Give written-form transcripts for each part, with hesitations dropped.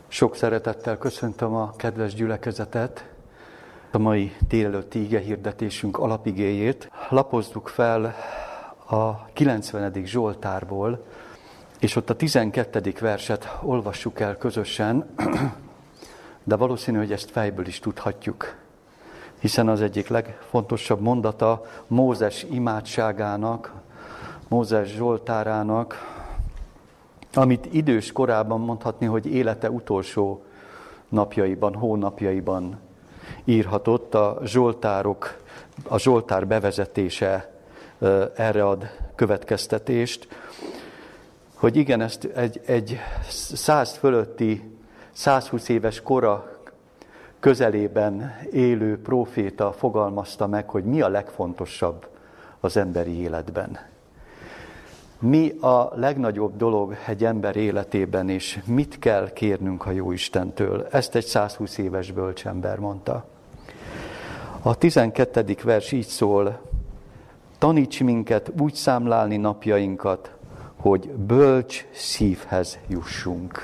Sok szeretettel köszöntöm a kedves gyülekezetet, a mai délelőtti igehirdetésünk alapigéjét. Lapozzuk fel a 90. Zsoltárból, és ott a 12. verset olvassuk el közösen, de valószínű, hogy ezt fejből is tudhatjuk, hiszen az egyik legfontosabb mondata Mózes imádságának, Mózes Zsoltárának, amit idős korában mondhatni, hogy élete utolsó napjaiban, hónapjaiban írhatott. A Zsoltár bevezetése erre ad következtetést, hogy igen, ezt egy 100 fölötti, 120 éves kora közelében élő próféta fogalmazta meg, hogy mi a legfontosabb az emberi életben. Mi a legnagyobb dolog egy ember életében, és mit kell kérnünk a Jóistentől? Ezt egy 120 éves bölcsember mondta. A 12. vers így szól: taníts minket úgy számlálni napjainkat, hogy bölcs szívhez jussunk.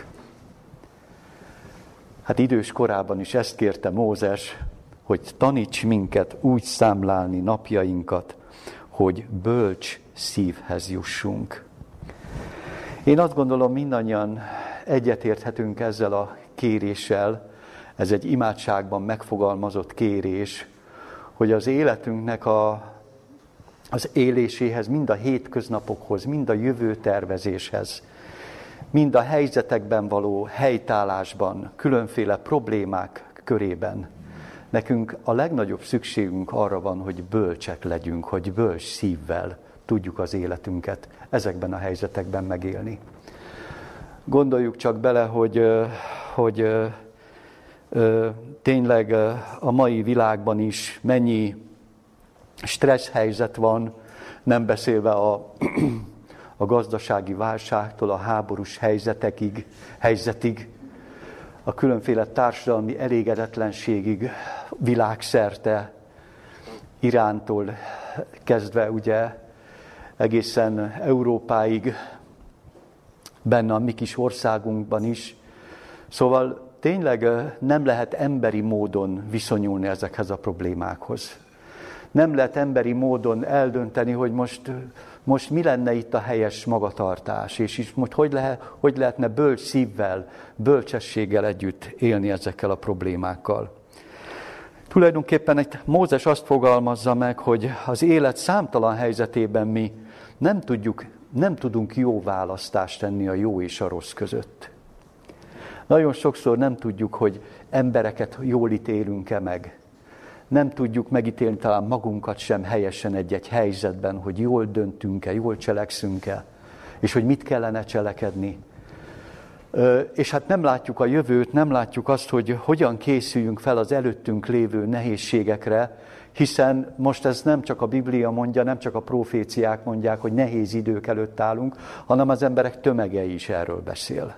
Hát idős korában is ezt kérte Mózes, hogy taníts minket úgy számlálni napjainkat, hogy bölcs szívhez jussunk. Én azt gondolom, mindannyian egyetérthetünk ezzel a kéréssel, ez egy imádságban megfogalmazott kérés, hogy az életünknek az éléséhez, mind a hétköznapokhoz, mind a jövőtervezéshez, mind a helyzetekben való helytállásban, különféle problémák körében, nekünk a legnagyobb szükségünk arra van, hogy bölcsek legyünk, hogy bölcs szívvel tudjuk az életünket ezekben a helyzetekben megélni. Gondoljuk csak bele, hogy tényleg a mai világban is mennyi stressz helyzet van, nem beszélve a gazdasági válságtól a háborús helyzetig, a különféle társadalmi elégedetlenségig világszerte, Irántól kezdve ugye egészen Európáig, benne a mi kis országunkban is. Szóval tényleg nem lehet emberi módon viszonyulni ezekhez a problémákhoz. Nem lehet emberi módon eldönteni, hogy most mi lenne itt a helyes magatartás, és most hogy lehetne bölcs szívvel, bölcsességgel együtt élni ezekkel a problémákkal. Tulajdonképpen Mózes azt fogalmazza meg, hogy az élet számtalan helyzetében mi nem tudunk jó választást tenni a jó és a rossz között. Nagyon sokszor nem tudjuk, hogy embereket jól ítélünk-e meg. Nem tudjuk megítélni talán magunkat sem helyesen egy-egy helyzetben, hogy jól döntünk-e, jól cselekszünk-e, és hogy mit kellene cselekedni. És hát nem látjuk a jövőt, nem látjuk azt, hogy hogyan készüljünk fel az előttünk lévő nehézségekre, hiszen most ez nem csak a Biblia mondja, nem csak a proféciák mondják, hogy nehéz idők előtt állunk, hanem az emberek tömege is erről beszél.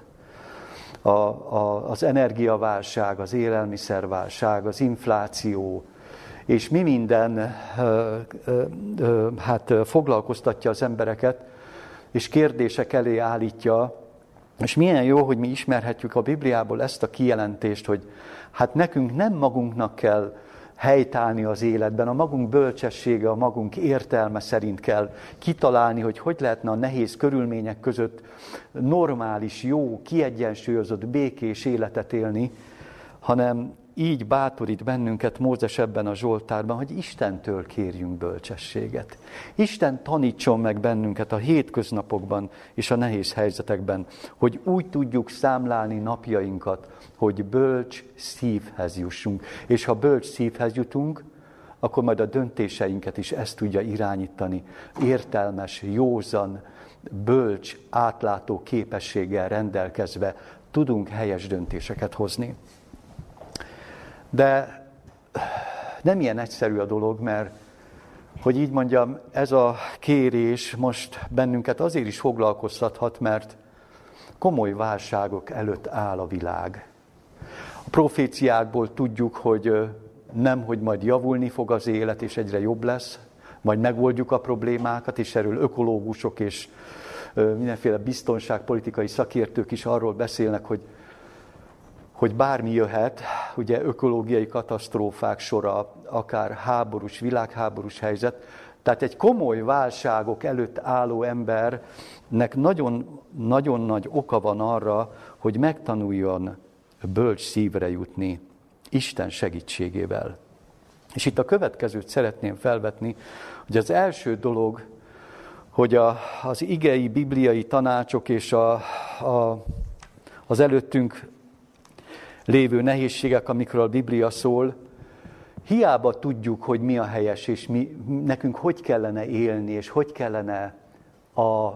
Az energiaválság, az élelmiszerválság, az infláció, és mi minden foglalkoztatja az embereket, és kérdések elé állítja. És milyen jó, hogy mi ismerhetjük a Bibliából ezt a kijelentést, hogy hát nekünk nem magunknak kell helytállni az életben, a magunk bölcsessége, a magunk értelme szerint kell kitalálni, hogy lehetne a nehéz körülmények között normális, jó, kiegyensúlyozott, békés életet élni, hanem így bátorít bennünket Mózes ebben a Zsoltárban, hogy Istentől kérjünk bölcsességet. Isten tanítson meg bennünket a hétköznapokban és a nehéz helyzetekben, hogy úgy tudjuk számlálni napjainkat, hogy bölcs szívhez jussunk. És ha bölcs szívhez jutunk, akkor majd a döntéseinket is ezt tudja irányítani. Értelmes, józan, bölcs, átlátó képességgel rendelkezve tudunk helyes döntéseket hozni. De nem ilyen egyszerű a dolog, mert, hogy így mondjam, ez a kérés most bennünket azért is foglalkoztathat, mert komoly válságok előtt áll a világ. A proféciákból tudjuk, hogy nem, hogy majd javulni fog az élet, és egyre jobb lesz, majd megoldjuk a problémákat, és erről ökológusok és mindenféle biztonságpolitikai szakértők is arról beszélnek, hogy hogy bármi jöhet, ugye ökológiai katasztrófák sora, akár háborús, világháborús helyzet, tehát egy komoly válságok előtt álló embernek nagyon nagy oka van arra, hogy megtanuljon bölcs szívre jutni Isten segítségével. És itt a következőt szeretném felvetni, hogy az első dolog, hogy az igei, bibliai tanácsok és az előttünk lévő nehézségek, amikről a Biblia szól, hiába tudjuk, hogy mi a helyes, és nekünk hogy kellene élni, és hogy kellene a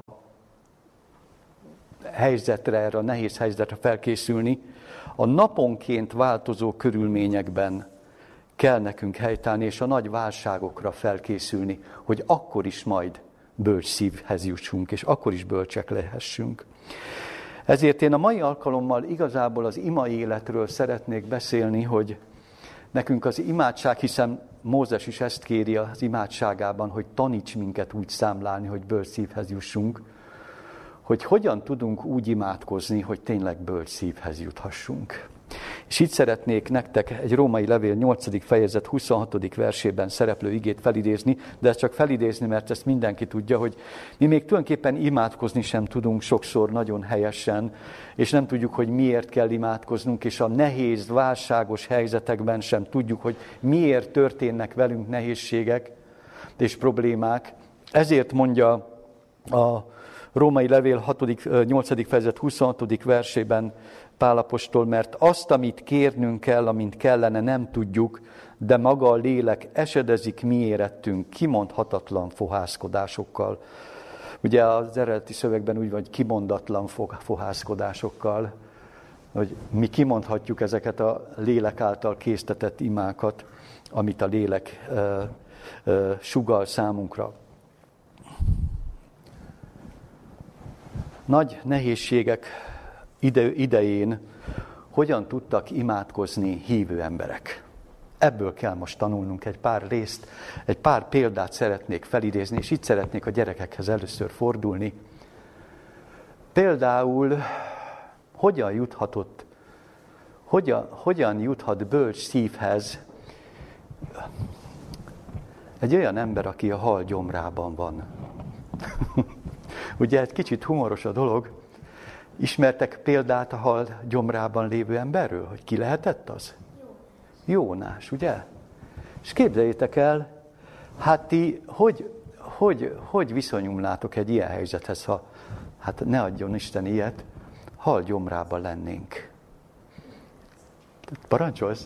helyzetre, erre a nehéz helyzetre felkészülni, a naponként változó körülményekben kell nekünk helytállni, és a nagy válságokra felkészülni, hogy akkor is majd bölcs szívhez jussunk, és akkor is bölcsek lehessünk. Ezért én a mai alkalommal igazából az ima életről szeretnék beszélni, hogy nekünk az imádság, hiszen Mózes is ezt kéri az imádságában, hogy taníts minket úgy számlálni, hogy bölcs szívhez jussunk, hogy hogyan tudunk úgy imádkozni, hogy tényleg bölcs szívhez juthassunk. És itt szeretnék nektek egy római levél 8. fejezet 26. versében szereplő igét felidézni, de ezt csak felidézni, mert ezt mindenki tudja, hogy mi még tulajdonképpen imádkozni sem tudunk sokszor nagyon helyesen, és nem tudjuk, hogy miért kell imádkoznunk, és a nehéz, válságos helyzetekben sem tudjuk, hogy miért történnek velünk nehézségek és problémák. Ezért mondja a római levél 8. fejezet 26. versében Pál apostol, mert azt, amit kérnünk kell, amint kellene, nem tudjuk, de maga a lélek esedezik mi érettünk kimondhatatlan fohászkodásokkal. Ugye az eredeti szövegben úgy van, hogy kimondatlan fohászkodásokkal, hogy mi kimondhatjuk ezeket a lélek által késztetett imákat, amit a lélek sugall számunkra. Nagy nehézségek idején hogyan tudtak imádkozni hívő emberek. Ebből kell most tanulnunk egy pár részt, egy pár példát szeretnék felidézni, és itt szeretnék a gyerekekhez először fordulni. Például hogyan juthat bölcs szívhez egy olyan ember, aki a hal gyomrában van. Ugye egy kicsit humoros a dolog. Ismertek példát a hal gyomrában lévő emberről, hogy ki lehetett az? Jónás, ugye? És képzeljétek el, hát ti hogy viszonyulnátok egy ilyen helyzethez, ha, hát ne adjon Isten ilyet, hal gyomrában lennénk. Parancsolsz?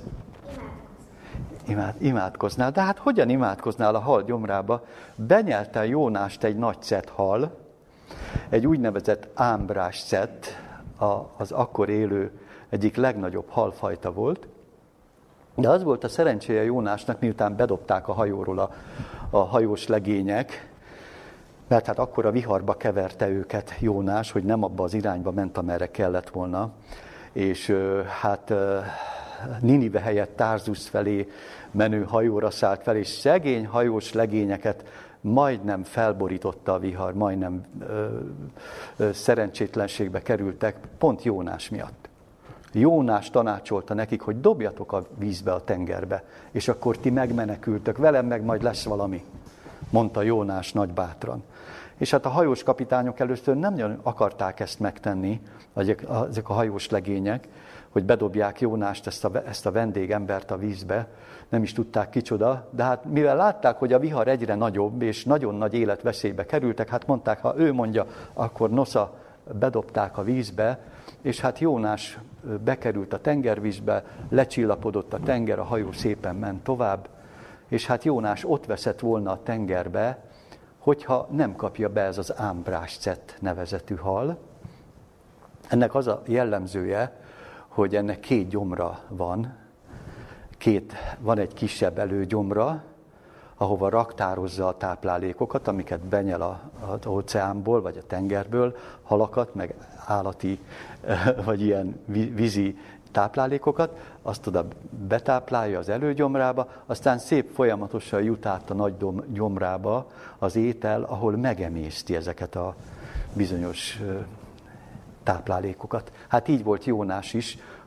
Imádkoznál. De hát hogyan imádkoznál a hal gyomrába? Benyelte Jónást egy nagy szett hal, egy úgynevezett ámbrás szett, az akkor élő egyik legnagyobb halfajta volt. De az volt a szerencséje Jónásnak, miután bedobták a hajóról a hajós legények, mert hát akkor a viharba keverte őket Jónás, hogy nem abba az irányba ment, amerre kellett volna. És hát Ninive helyett Tarzus felé menő hajóra szállt fel, és szegény hajós legényeket majdnem felborította a vihar, majdnem szerencsétlenségbe kerültek, pont Jónás miatt. Jónás tanácsolta nekik, hogy dobjatok a vízbe, a tengerbe, és akkor ti megmenekültök, velem meg majd lesz valami, mondta Jónás nagybátran. És hát a hajós kapitányok először nem nagyon akarták ezt megtenni, ezek a hajós legények, hogy bedobják Jónást, ezt a vendégembert a vízbe, nem is tudták kicsoda, de hát mivel látták, hogy a vihar egyre nagyobb, és nagyon nagy életveszélybe kerültek, hát mondták, ha ő mondja, akkor nosza, bedobták a vízbe, és hát Jónás bekerült a tengervízbe, lecsillapodott a tenger, a hajó szépen ment tovább, és hát Jónás ott veszett volna a tengerbe, hogyha nem kapja be ez az ámbráscett nevezetű hal. Ennek az a jellemzője, hogy ennek két gyomra van. Van egy kisebb előgyomra, ahova raktározza a táplálékokat, amiket benyel az óceánból, vagy a tengerből, halakat, meg állati, vagy ilyen vízi táplálékokat, azt oda betáplálja az előgyomrába, aztán szép folyamatosan jut át a nagy gyomrába az étel, ahol megemészti ezeket a bizonyos táplálékokat. Hát így volt Jónás is,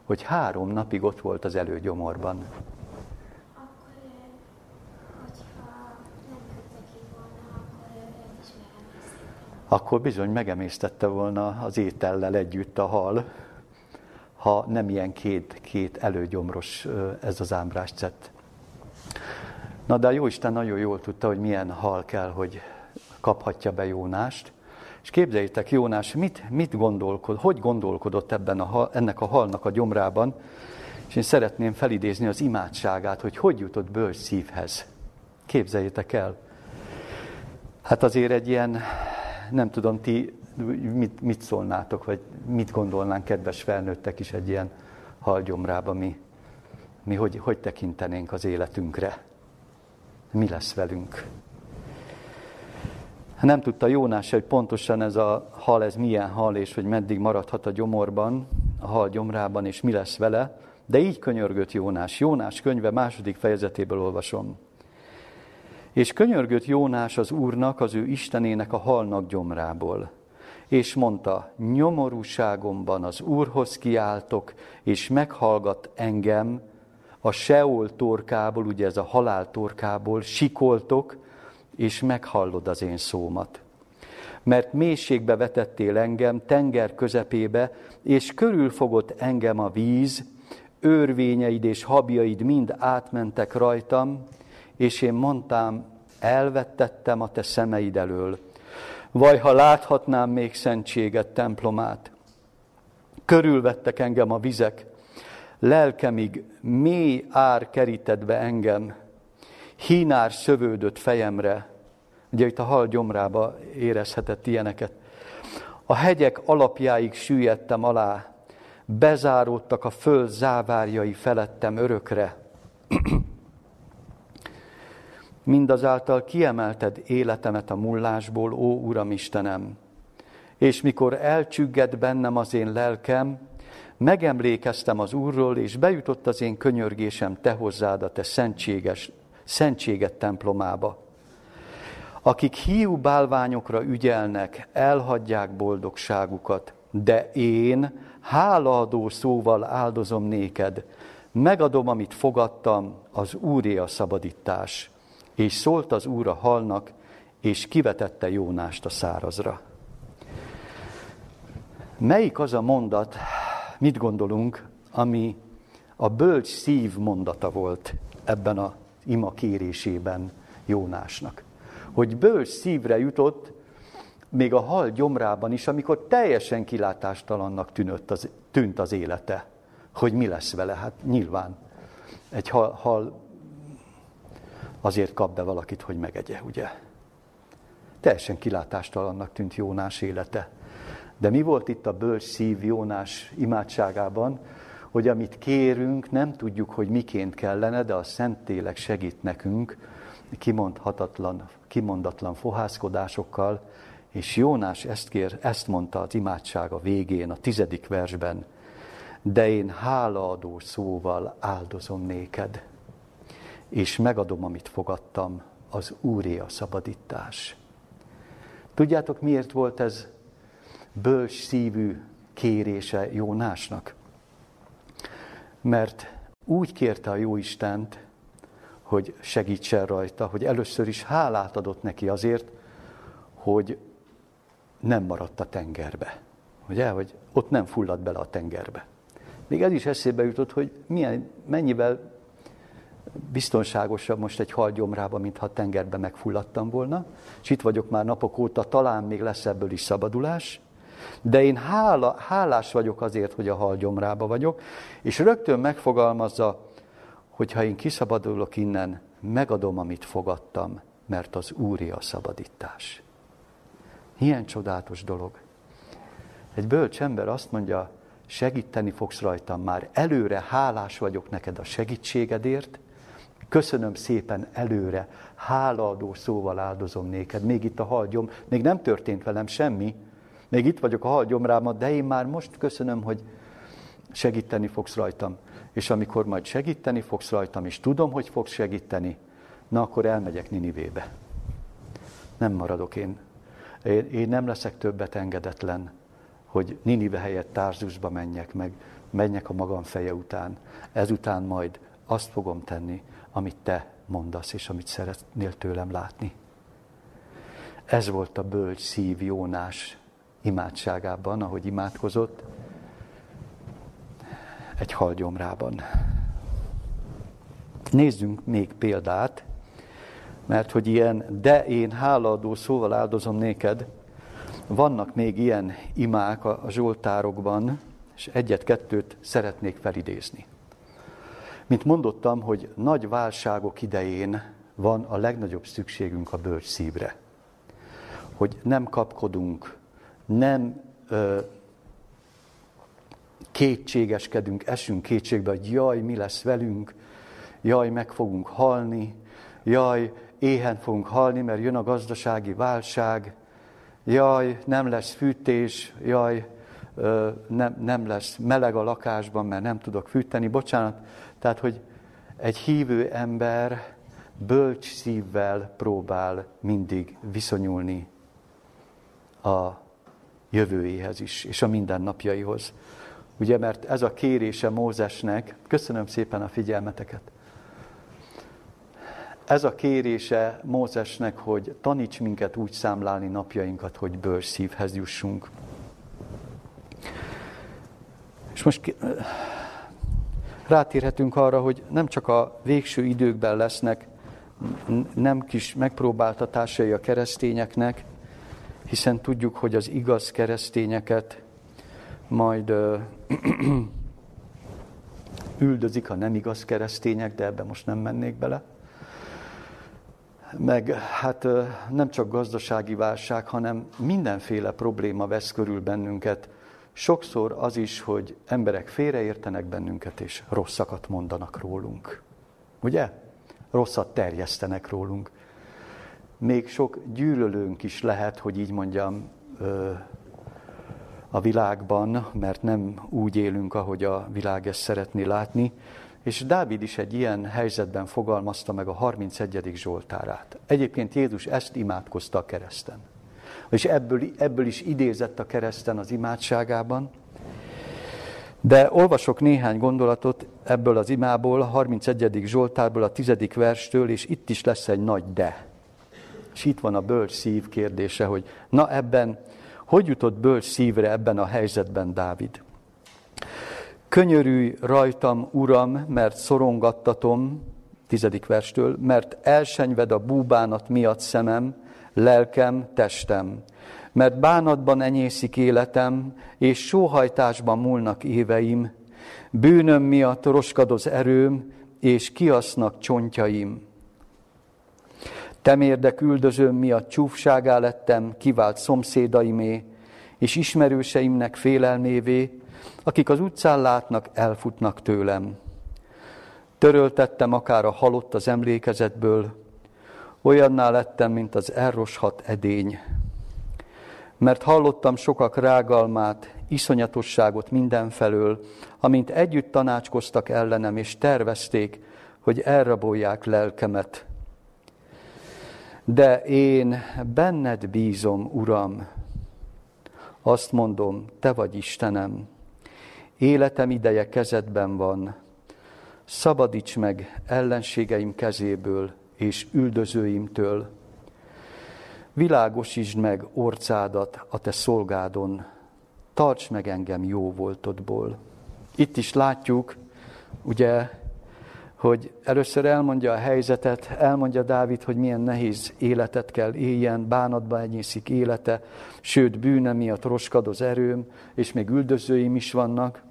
hogy 3 napig ott volt az előgyomorban. Akkor, hogyha nem küldte ki volna, akkor őt is megemésztette. Akkor bizony megemésztette volna az étellel együtt a hal, ha nem ilyen két előgyomros ez az ámbrászcett. Na de a Jóisten nagyon jól tudta, hogy milyen hal kell, hogy kaphatja be Jónást. És képzeljétek, Jónás hogy gondolkodott ennek a halnak a gyomrában, és én szeretném felidézni az imádságát, hogy jutott bölcs szívhez. Képzeljétek el. Hát azért egy ilyen, nem tudom, ti mit szólnátok, vagy mit gondolnánk, kedves felnőttek is egy ilyen hal gyomrába, mi hogy tekintenénk az életünkre. Mi lesz velünk? Nem tudta Jónás, hogy pontosan ez a hal, ez milyen hal, és hogy meddig maradhat a gyomorban, a hal gyomrában, és mi lesz vele, de így könyörgött Jónás. Jónás könyve 2. fejezetéből olvasom. És könyörgött Jónás az Úrnak, az ő Istenének a halnak gyomrából. És mondta, nyomorúságomban az Úrhoz kiáltok, és meghallgat engem a Seol torkából, ugye ez a halál torkából, sikoltok, és meghallod az én szómat. Mert mélységbe vetettél engem, tenger közepébe, és körülfogott engem a víz, őrvényeid és habjaid mind átmentek rajtam, és én mondtam, elvettettem a te szemeid elől. Vaj, ha láthatnám még szentséged templomát. Körülvettek engem a vizek, lelkemig mély ár kerített be engem, hínár szövődött fejemre. Ugye itt a hal gyomrába érezhetett ilyeneket. A hegyek alapjáig süllyedtem alá, bezáródtak a föld závárjai felettem örökre. Mindazáltal kiemelted életemet a mullásból, ó Uram Istenem, és mikor elcsügged bennem az én lelkem, megemlékeztem az Úrról, és bejutott az én könyörgésem te hozzád a te szentséged templomába. Akik hiú bálványokra ügyelnek, elhagyják boldogságukat, de én hálaadó szóval áldozom néked, megadom, amit fogadtam, az Úré a szabadítás. És szólt az Úr a halnak, és kivetette Jónást a szárazra. Melyik az a mondat, mit gondolunk, ami a bölcs szív mondata volt ebben az ima kérésében Jónásnak? Hogy bölcs szívre jutott, még a hal gyomrában is, amikor teljesen kilátástalannak tűnt az élete, hogy mi lesz vele. Hát nyilván egy hal azért kap be valakit, hogy megegye, ugye? Teljesen kilátástalannak tűnt Jónás élete. De mi volt itt a bölcs szív Jónás imádságában, hogy amit kérünk, nem tudjuk, hogy miként kellene, de a Szentlélek segít nekünk kimondatlan fohászkodásokkal, és Jónás ezt mondta az imádsága végén, a 10. versben, de én hálaadó szóval áldozom néked, és megadom, amit fogadtam, az Úré a szabadítás. Tudjátok, miért volt ez bölcs szívű kérése Jónásnak? Mert úgy kérte a Jóistent, hogy segítsen rajta, hogy először is hálát adott neki azért, hogy nem maradt a tengerbe. Ugye, hogy ott nem fulladt bele a tengerbe. Még ez is eszébe jutott, hogy mennyivel biztonságosabb most egy hal gyomrában, mintha a tengerbe megfulladtam volna, és itt vagyok már napok óta, talán még lesz ebből is szabadulás, de én hálás vagyok azért, hogy a hal gyomrába vagyok, és rögtön megfogalmazza, hogy ha én kiszabadulok innen, megadom, amit fogadtam, mert az Úré a szabadítás. Ilyen csodálatos dolog. Egy bölcs ember azt mondja, segíteni fogsz rajtam már, előre hálás vagyok neked a segítségedért, köszönöm szépen előre, hálaadó szóval áldozom néked. Még itt a halgyom, még nem történt velem semmi, még itt vagyok a halgyomrában, de én már most köszönöm, hogy segíteni fogsz rajtam. És amikor majd segíteni fogsz rajtam, és tudom, hogy fogsz segíteni, na akkor elmegyek Ninivébe. Nem maradok én. Én nem leszek többet engedetlen, hogy Ninive helyett Tárzusba menjek, meg menjek a magam feje után. Ezután majd azt fogom tenni, amit te mondasz, és amit szeretnél tőlem látni. Ez volt a bölcs szív Jónás imádságában, ahogy imádkozott, egy halgyomrában. Nézzünk még példát, mert hogy ilyen, de én hálaadó szóval áldozom néked, vannak még ilyen imák a zsoltárokban, és egyet-kettőt szeretnék felidézni. Mint mondottam, hogy nagy válságok idején van a legnagyobb szükségünk a bölcs szívre. Hogy nem kapkodunk, nem kétségeskedünk, esünk kétségbe, hogy jaj, mi lesz velünk, jaj, meg fogunk halni, jaj, éhen fogunk halni, mert jön a gazdasági válság, jaj, nem lesz fűtés, jaj, nem lesz meleg a lakásban, mert nem tudok fűteni. Bocsánat, tehát, hogy egy hívő ember bölcs szívvel próbál mindig viszonyulni a jövőjéhez is, és a mindennapjaihoz. Ugye, mert ez a kérése Mózesnek, köszönöm szépen a figyelmeteket, ez a kérése Mózesnek, hogy taníts minket úgy számlálni napjainkat, hogy bölcs szívhez jussunk. És most rátérhetünk arra, hogy nem csak a végső időkben lesznek nem kis megpróbáltatásai a keresztényeknek, hiszen tudjuk, hogy az igaz keresztényeket majd üldözik a nem igaz keresztények, de ebbe most nem mennék bele. Meg hát nem csak gazdasági válság, hanem mindenféle probléma vesz körül bennünket. Sokszor az is, hogy emberek félreértenek bennünket, és rosszakat mondanak rólunk. Ugye? Rosszat terjesztenek rólunk. Még sok gyűlölőnk is lehet, hogy így mondjam, a világban, mert nem úgy élünk, ahogy a világ ezt szeretné látni. És Dávid is egy ilyen helyzetben fogalmazta meg a 31. Zsoltárát. Egyébként Jézus ezt imádkozta a kereszten. És ebből is idézett a kereszten az imádságában. De olvasok néhány gondolatot ebből az imából, a 31. Zsoltárból, a 10. verstől, és itt is lesz egy nagy de. És itt van a bölcs szív kérdése, hogy na ebben, hogy jutott bölcs szívre ebben a helyzetben Dávid? Könyörülj rajtam, Uram, mert szorongattatom, 10. verstől, mert elsenyved a búbánat miatt szemem, lelkem, testem. Mert bánatban enyészik életem, és sóhajtásban múlnak éveim. Bűnöm miatt roskadoz erőm, és kiasznak csontjaim. Temérdek üldözőm miatt csúfságá lettem, kivált szomszédaimé, és ismerőseimnek félelmévé, akik az utcán látnak, elfutnak tőlem. Töröltettem akár a halott az emlékezetből, olyanná lettem, mint az elroshat edény. Mert hallottam sokak rágalmát, iszonyatosságot mindenfelől, amint együtt tanácskoztak ellenem, és tervezték, hogy elrabolják lelkemet. De én benned bízom, Uram. Azt mondom, te vagy Istenem. Életem ideje kezedben van. Szabadíts meg ellenségeim kezéből és üldözőimtől. Világosítsd meg orcádat a te szolgádon. Tarts meg engem jó voltodból. Itt is látjuk, ugye, hogy először elmondja a helyzetet, elmondja Dávid, hogy milyen nehéz életet kell éljen, bánatba enyészik élete, sőt bűne miatt roskadoz erőm, és még üldözőim is vannak.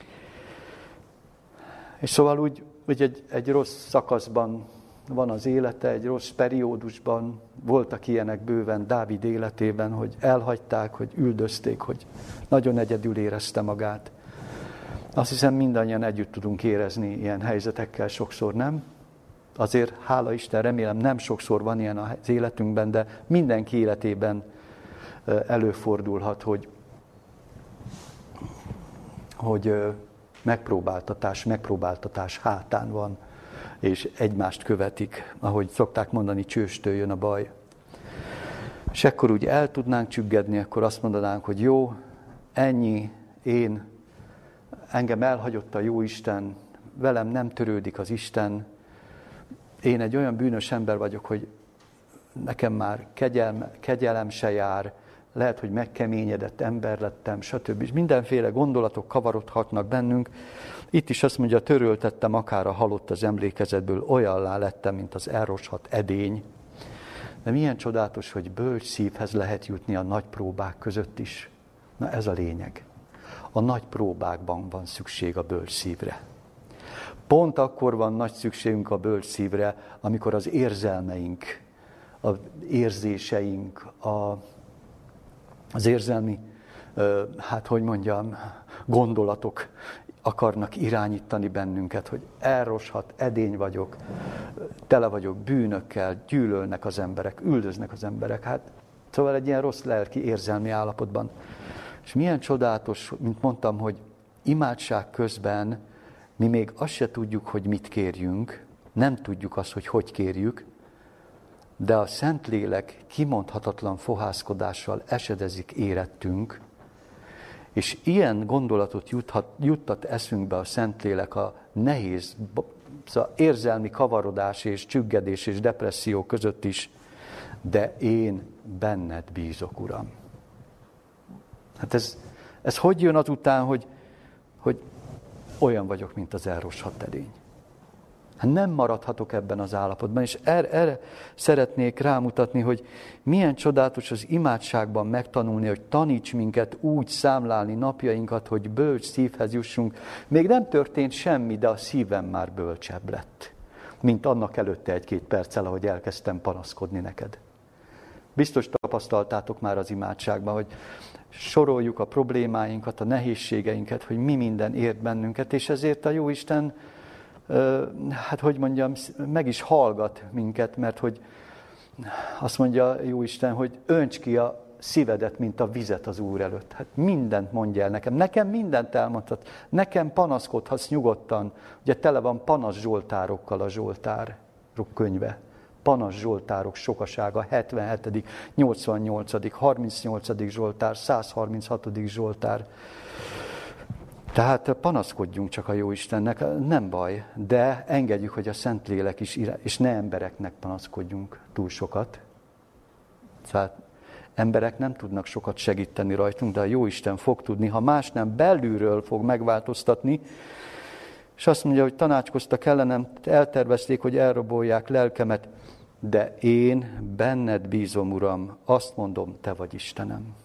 És szóval úgy, hogy egy rossz szakaszban van az élete, egy rossz periódusban, voltak ilyenek bőven Dávid életében, hogy elhagyták, hogy üldözték, hogy nagyon egyedül érezte magát. Azt hiszem, mindannyian együtt tudunk érezni ilyen helyzetekkel sokszor, nem? Azért, hála Isten, remélem nem sokszor van ilyen az életünkben, de mindenki életében előfordulhat, hogy megpróbáltatás hátán van, és egymást követik, ahogy szokták mondani, csőstől jön a baj. És ekkor úgy el tudnánk csüggedni, akkor azt mondanánk, hogy jó, ennyi, én engem elhagyott a Jóisten, velem nem törődik az Isten, én egy olyan bűnös ember vagyok, hogy nekem már kegyelem se jár, lehet, hogy megkeményedett ember lettem, stb. És mindenféle gondolatok kavarodhatnak bennünk. Itt is azt mondja, töröltettem akár a halott az emlékezetből, olyanná lettem, mint az elroshat edény. De milyen csodálatos, hogy bölcs szívhez lehet jutni a nagy próbák között is. Na ez a lényeg. A nagy próbákban van szükség a bölcs szívre. Pont akkor van nagy szükségünk a bölcs szívre, amikor az érzelmeink, az érzéseink, az érzelmi, gondolatok akarnak irányítani bennünket, hogy elroshat, edény vagyok, tele vagyok bűnökkel, gyűlölnek az emberek, üldöznek az emberek. Szóval egy ilyen rossz lelki érzelmi állapotban. És milyen csodálatos, mint mondtam, hogy imádság közben mi még azt se tudjuk, hogy mit kérjünk, nem tudjuk azt, hogy kérjük, de a Szentlélek kimondhatatlan fohászkodással esedezik érettünk, és ilyen gondolatot juttat eszünkbe a Szentlélek a nehéz érzelmi kavarodás és csüggedés és depresszió között is, de én benned bízok, Uram. Hát ez hogy jön azután, hogy olyan vagyok, mint az elroshat edény. Nem maradhatok ebben az állapotban, és erre szeretnék rámutatni, hogy milyen csodálatos az imádságban megtanulni, hogy taníts minket úgy számlálni napjainkat, hogy bölcs szívhez jussunk. Még nem történt semmi, de a szívem már bölcsebb lett, mint annak előtte 1-2 perccel, ahogy elkezdtem panaszkodni neked. Biztos tapasztaltátok már az imádságban, hogy soroljuk a problémáinkat, a nehézségeinket, hogy mi minden ért bennünket, és ezért a Jóisten meg is hallgat minket, mert hogy azt mondja Jóisten, hogy önts ki a szívedet, mint a vizet az Úr előtt. Hát mindent mondja el nekem. Nekem mindent elmondhat. Nekem panaszkodhatsz nyugodtan. Ugye tele van panasz zsoltárokkal a Zsoltárok könyve. Panasz zsoltárok sokasága, 77., 88., 38. Zsoltár, 136. Zsoltár. Tehát panaszkodjunk csak a Jóistennek, nem baj, de engedjük, hogy a Szentlélek is, és ne embereknek panaszkodjunk túl sokat. Tehát emberek nem tudnak sokat segíteni rajtunk, de a Jóisten fog tudni, ha más nem, belülről fog megváltoztatni. És azt mondja, hogy tanácskoztak ellenem, eltervezték, hogy elrabolják lelkemet, de én benned bízom, Uram, azt mondom, te vagy Istenem.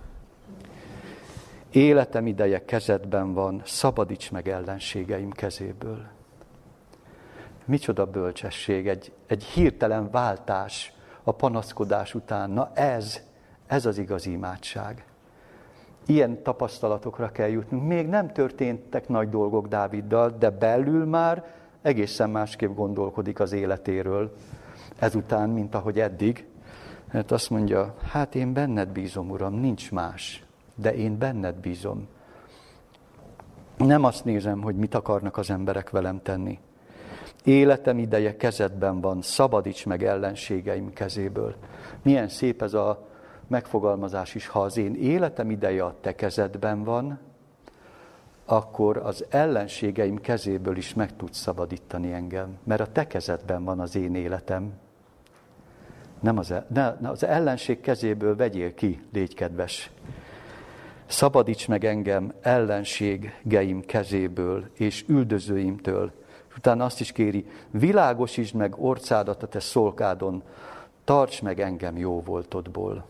Életem ideje kezedben van, szabadíts meg ellenségeim kezéből. Micsoda bölcsesség, egy hirtelen váltás a panaszkodás után. Na ez az igazi imádság. Ilyen tapasztalatokra kell jutnunk. Még nem történtek nagy dolgok Dáviddal, de belül már egészen másképp gondolkodik az életéről ezután, mint ahogy eddig. Mert azt mondja, hát én benned bízom, Uram, nincs más. De én benned bízom. Nem azt nézem, hogy mit akarnak az emberek velem tenni. Életem ideje kezedben van, szabadíts meg ellenségeim kezéből. Milyen szép ez a megfogalmazás is, ha az én életem ideje a te kezedben van, akkor az ellenségeim kezéből is meg tudsz szabadítani engem, mert a te kezedben van az én életem. Nem az ellenség kezéből vegyél ki, légy kedves. Szabadíts meg engem ellenségeim kezéből és üldözőimtől. Utána azt is kéri, világosítsd meg orcádat a te szolgádon, tarts meg engem jó voltodból.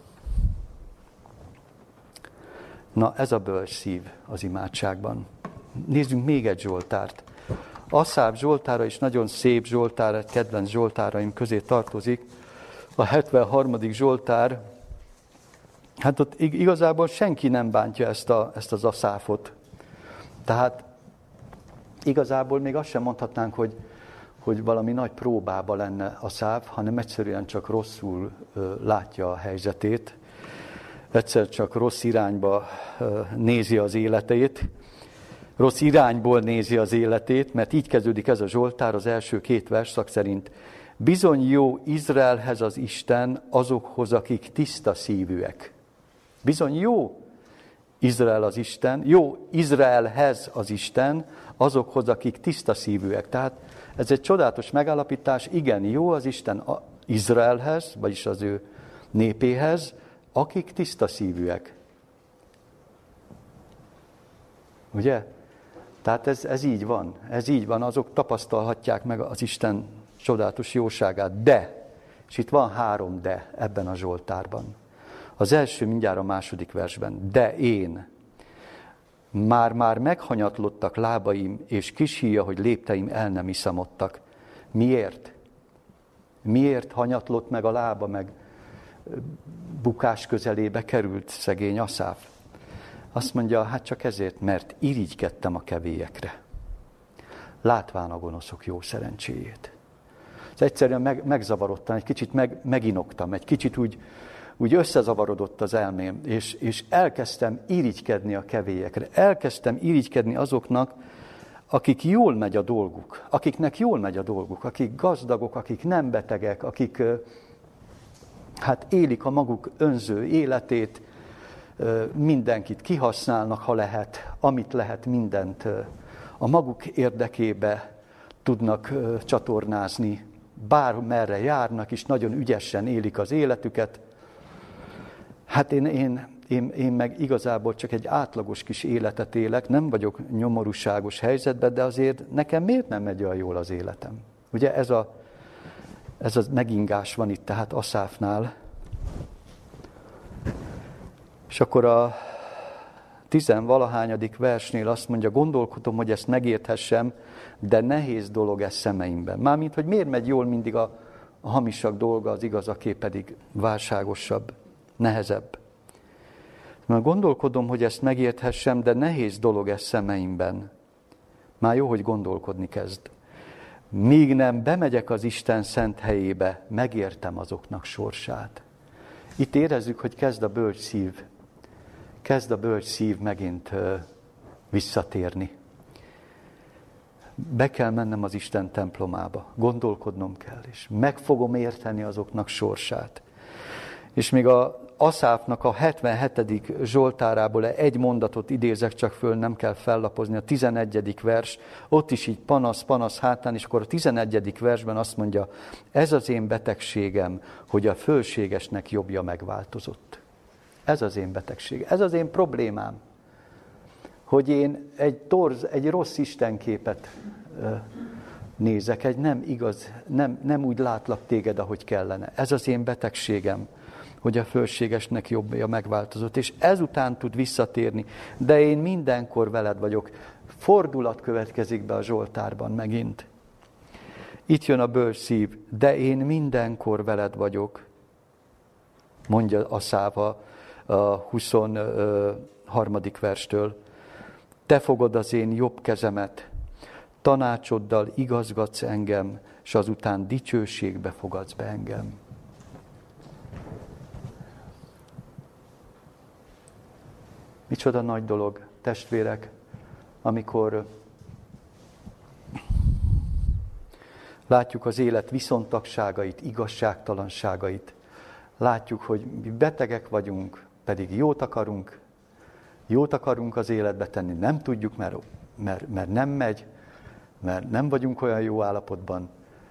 Na, ez a bölcs szív az imádságban. Nézzünk még egy zsoltárt. Asszáf zsoltára is nagyon szép zsoltár, egy kedvenc zsoltáraim közé tartozik. A 73. zsoltár, hát ott igazából senki nem bántja ezt az Asszáfot. Tehát igazából még azt sem mondhatnánk, hogy valami nagy próbába lenne Asszáf, hanem egyszerűen csak rosszul látja a helyzetét. Egyszer csak rossz irányba nézi az életét, rossz irányból nézi az életét, mert így kezdődik ez a zsoltár az első 2 versszak szerint. Bizony jó Izraelhez az Isten azokhoz, akik tiszta szívűek. Bizony jó Izrael az Isten. Jó, Izraelhez az Isten, azokhoz, akik tiszta szívűek. Tehát ez egy csodálatos megállapítás. Igen, jó az Isten Izraelhez, vagyis az ő népéhez, akik tiszta szívűek. Ugye? Tehát ez így van. Ez így van. Azok tapasztalhatják meg az Isten csodálatos jóságát. De, és itt van 3 de ebben a Zsoltárban. Az első mindjárt a második versben. De én, már meghanyatlottak lábaim, és kis híja, hogy lépteim el nem iszamodtak. Miért? Miért hanyatlott meg a lába, meg bukás közelébe került szegény Aszáf? Azt mondja, hát csak ezért, mert irigykedtem a kevélyekre, látván a gonoszok jó szerencséjét. Ez egyszerűen megzavarodtam, egy kicsit meginoktam, egy kicsit úgy összezavarodott az elmém, és elkezdtem irigykedni a kevélyekre. Elkezdtem irigykedni azoknak, akik jól megy a dolguk, akiknek jól megy a dolguk, akik gazdagok, akik nem betegek, akik hát élik a maguk önző életét, mindenkit kihasználnak, ha lehet, amit lehet, mindent a maguk érdekébe tudnak csatornázni, bármerre járnak, és nagyon ügyesen élik az életüket. Hát én meg igazából csak egy átlagos kis életet élek, nem vagyok nyomorúságos helyzetben, de azért nekem miért nem megy olyan jól az életem? Ugye ez a megingás van itt tehát Aszáfnál. És akkor a 10-valahányadik versnél azt mondja, gondolkodom, hogy ezt megérthessem, de nehéz dolog ez szemeimben. Mármint, hogy miért megy jól mindig a hamisak dolga, az igazaké pedig válságosabb, nehezebb. Mert gondolkodom, hogy ezt megérthessem, de nehéz dolog ez szemeimben. Már jó, hogy gondolkodni kezd. Míg nem bemegyek az Isten szent helyébe, megértem azoknak sorsát. Itt érezzük, hogy kezd a bölcs szív megint visszatérni. Be kell mennem az Isten templomába, gondolkodnom kell, és meg fogom érteni azoknak sorsát. És még a Aszáfnak a 77. Zsoltárából egy mondatot idézek csak föl, nem kell fellapozni, a 11. vers, ott is így panasz hátán, és akkor a 11. versben azt mondja, ez az én betegségem, hogy a fölségesnek jobbja megváltozott. Ez az én betegségem, ez az én problémám, hogy én egy rossz istenképet nézek, egy nem igaz, nem úgy látlak téged, ahogy kellene. Ez az én betegségem, hogy a fölségesnek jobbja megváltozott, és ezután tud visszatérni, de én mindenkor veled vagyok. Fordulat következik be a Zsoltárban megint. Itt jön a bölcs szív, de én mindenkor veled vagyok, mondja Aszáf a 23. verstől. Te fogod az én jobb kezemet, tanácsoddal igazgatsz engem, és azután dicsőségbe fogadsz be engem. Micsoda nagy dolog, testvérek, amikor látjuk az élet viszontagságait, igazságtalanságait. Látjuk, hogy mi betegek vagyunk, pedig jót akarunk az életbe tenni, nem tudjuk, mert nem megy, mert nem vagyunk olyan jó állapotban.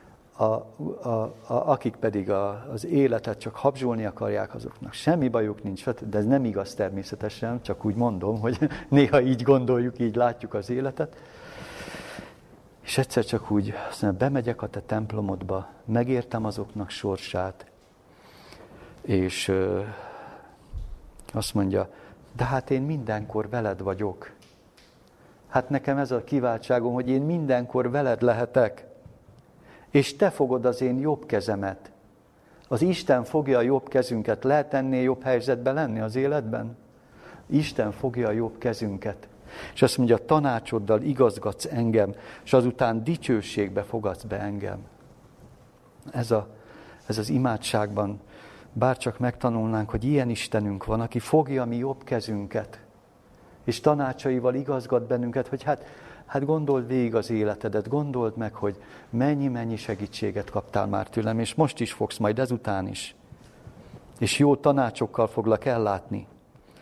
Akik pedig az életet csak habzsolni akarják, azoknak semmi bajuk nincs, de ez nem igaz természetesen, csak úgy mondom, hogy néha így gondoljuk, így látjuk az életet. És egyszer csak úgy, azt mondja, bemegyek a te templomodba, megértem azoknak sorsát, és azt mondja, de hát én mindenkor veled vagyok. Hát nekem ez a kiváltságom, hogy én mindenkor veled lehetek. És te fogod az én jobb kezemet. Az Isten fogja a jobb kezünket. Lehet ennél jobb helyzetben lenni az életben? Isten fogja a jobb kezünket. És azt mondja, tanácsoddal igazgatsz engem, és azután dicsőségbe fogadsz be engem. Ez az imádságban, bárcsak megtanulnánk, hogy ilyen Istenünk van, aki fogja a mi jobb kezünket, és tanácsaival igazgat bennünket, hogy hát gondold végig az életedet, gondold meg, hogy mennyi segítséget kaptál már tőlem, és most is fogsz, majd ezután is. És jó tanácsokkal foglak ellátni. És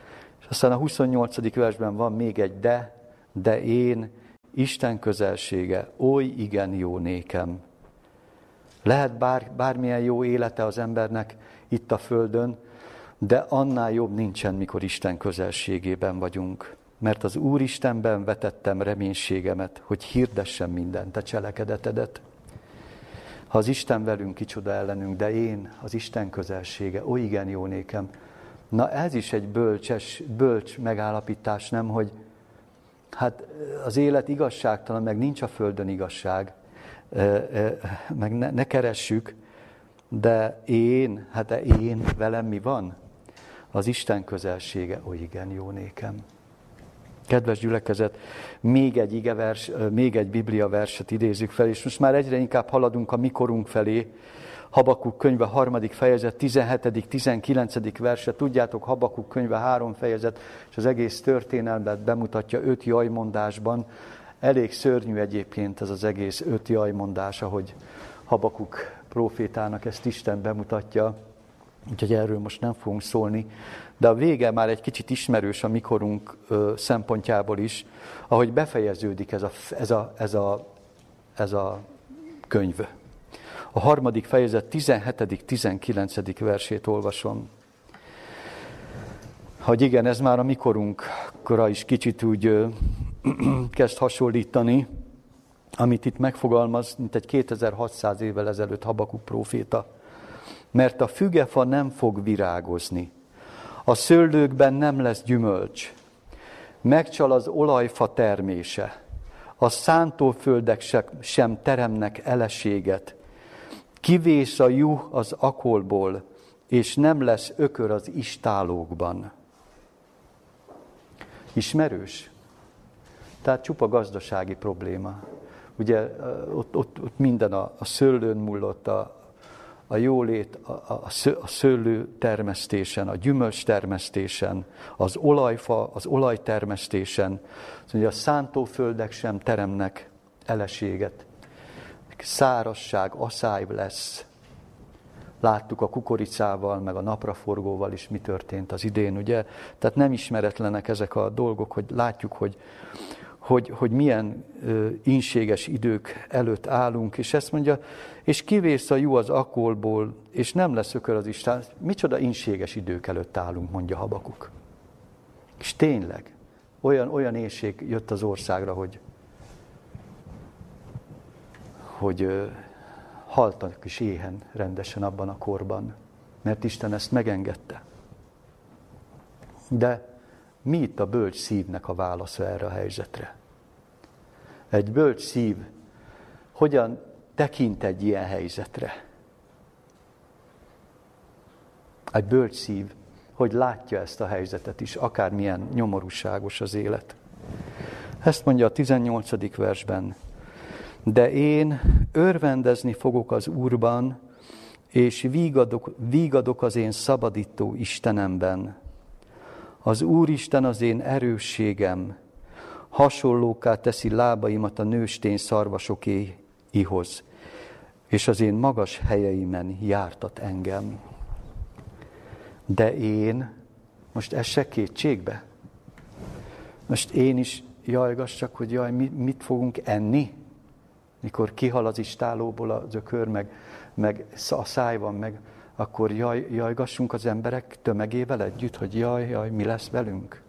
aztán a 28. versben van még egy de én, Isten közelsége, oly igen jó nékem. Lehet bármilyen jó élete az embernek itt a földön, de annál jobb nincsen, mikor Isten közelségében vagyunk. Mert az Úristenben vetettem reménységemet, hogy hirdessem mindent a cselekedetedet. Ha az Isten velünk, kicsoda ellenünk, de én, az Isten közelsége, ó igen jó nékem. Na ez is egy bölcs megállapítás, nem, hogy hát az élet igazságtalan, meg nincs a földön igazság, meg ne keressük, de én, velem mi van? Az Isten közelsége, ó igen jó nékem. Kedves gyülekezet, még egy Biblia verset idézzük fel, és most már egyre inkább haladunk a mikorunk felé. Habakuk könyve 3. fejezet, 17., 19. verse. Tudjátok, Habakuk könyve 3 fejezet, és az egész történelmet bemutatja 5 jajmondásban. Elég szörnyű egyébként ez az egész 5 jajmondás, ahogy Habakuk prófétának ezt Isten bemutatja. Úgyhogy erről most nem fogunk szólni. De a vége már egy kicsit ismerős a mikorunk szempontjából is, ahogy befejeződik ez a könyv. A 3. fejezet 17., 19. versét olvasom. Hogy igen, ez már a mikorunkra is kicsit úgy kezd hasonlítani, amit itt megfogalmaz, mint egy 2600 évvel ezelőtt Habakuk próféta. Mert a fügefa nem fog virágozni, a szőlőkben nem lesz gyümölcs, megcsal az olajfa termése, a szántóföldek sem teremnek eleséget, kivész a juh az akolból, és nem lesz ökör az istállókban. Ismerős? Tehát csupa gazdasági probléma. Ugye ott minden a szőlőn múlott, a jólét, a szőlő termesztésen, a gyümölcs termesztésen, az olajfa, az olajtermesztésen, a szántóföldek sem teremnek eleséget. Szárazság, aszály lesz. Láttuk a kukoricával, meg a napraforgóval is, mi történt az idén, ugye? Tehát nem ismeretlenek ezek a dolgok, hogy látjuk, hogy milyen ínséges idők előtt állunk, és ezt mondja, és kivész a juh az akolból, és nem lesz ökör az Isten. Micsoda ínséges idők előtt állunk, mondja Habakuk. És tényleg, olyan éhség jött az országra, hogy haltak is éhen rendesen abban a korban, mert Isten ezt megengedte. De mi itt a bölcs szívnek a válasza erre a helyzetre? Egy bölcs szív hogyan tekint egy ilyen helyzetre? Egy bölcs szív, hogy látja ezt a helyzetet is, akármilyen nyomorúságos az élet. Ezt mondja a 18. versben. De én örvendezni fogok az Úrban, és vígadok az én szabadító Istenemben. Az Úristen az én erősségem, hasonlókká teszi lábaimat a nőstény szarvasokéhoz, és az én magas helyeimen jártat engem. De én, most ez se kétségbe, most én is jajgassak, hogy jaj, mit fogunk enni, mikor kihal az istállóból az ökör, meg a száj van, meg akkor jajgassunk az emberek tömegével együtt, hogy jaj, mi lesz velünk?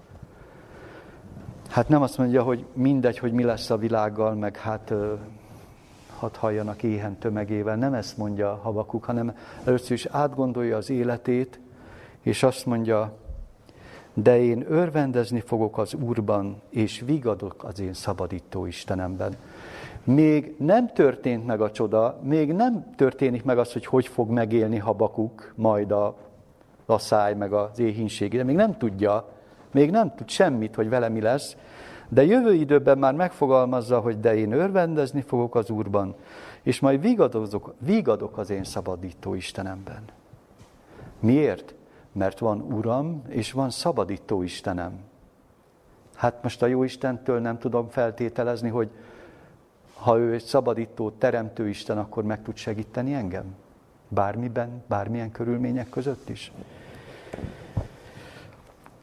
Hát nem azt mondja, hogy mindegy, hogy mi lesz a világgal, meg hadd halljanak éhen tömegével. Nem ezt mondja Habakuk, hanem először is átgondolja az életét, és azt mondja, de én örvendezni fogok az Úrban, és vigadok az én szabadító Istenemben. Még nem történt meg a csoda, még nem történik meg az, hogy fog megélni Habakuk, majd a laszály, meg az éhínség. De még nem tudja, még nem tud semmit, hogy vele mi lesz, de jövő időben már megfogalmazza, hogy de én örvendezni fogok az Úrban, és majd vigadok az én szabadító Istenemben. Miért? Mert van Uram, és van szabadító Istenem. Hát most a jó Istentől nem tudom feltételezni, hogy ha ő egy szabadító, teremtő Isten, akkor meg tud segíteni engem? Bármiben, bármilyen körülmények között is.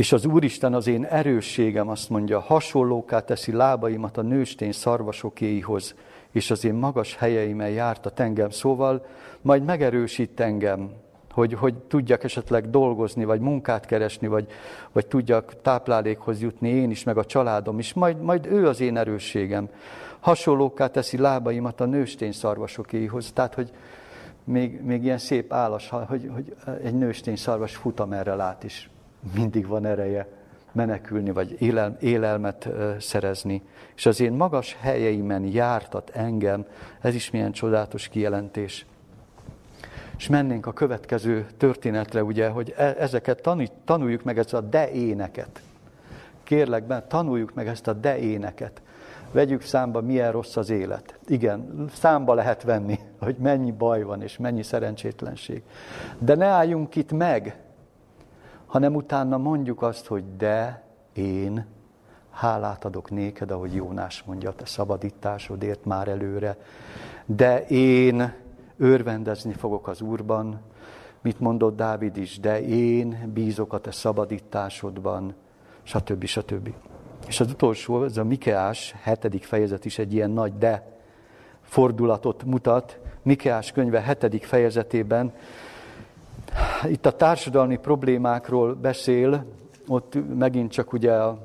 És az Úristen az én erősségem, azt mondja, hasonlókká teszi lábaimat a nőstény szarvasokéihoz, és az én magas helyeimen jártat engem. Szóval majd megerősít engem, hogy tudjak esetleg dolgozni, vagy munkát keresni, vagy tudjak táplálékhoz jutni én is, meg a családom is. Majd ő az én erősségem. Hasonlókká teszi lábaimat a nőstény szarvasokéihoz. Tehát, hogy még ilyen szép állas, hogy egy nőstény szarvas fut, amerre lát is. Mindig van ereje menekülni, vagy élelmet szerezni. És az én magas helyeimen jártat engem, ez is milyen csodálatos kijelentés. És mennénk a következő történetre, ugye, hogy ezeket tanuljuk meg, ezt a de éneket. Kérlek, tanuljuk meg ezt a de éneket. Vegyük számba, milyen rossz az élet. Igen, számba lehet venni, hogy mennyi baj van, és mennyi szerencsétlenség. De ne álljunk itt meg, hanem utána mondjuk azt, hogy de én hálát adok néked, ahogy Jónás mondja, a te szabadításodért már előre. De én örvendezni fogok az Úrban, mit mondott Dávid is, de én bízok a te szabadításodban, stb. Stb. És az utolsó, ez a Mikeás 7. fejezet is egy ilyen nagy de fordulatot mutat. Mikeás könyve 7. fejezetében itt a társadalmi problémákról beszél, ott megint csak ugye a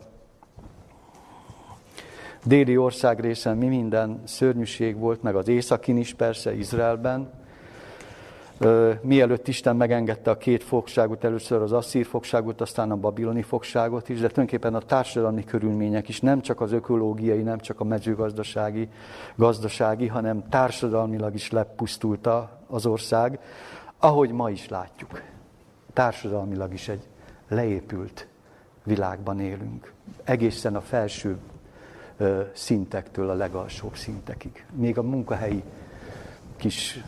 déli országrészen mi minden szörnyűség volt, meg az északin is persze, Izraelben. Mielőtt Isten megengedte a két fogságot, először az asszír fogságot, aztán a babiloni fogságot is, de tulajdonképpen a társadalmi körülmények is, nem csak az ökológiai, nem csak a mezőgazdasági, hanem társadalmilag is lepusztult az ország, ahogy ma is látjuk. Társadalmilag is egy leépült világban élünk. Egészen a felső szintektől a legalsóbb szintekig. Még a munkahelyi kis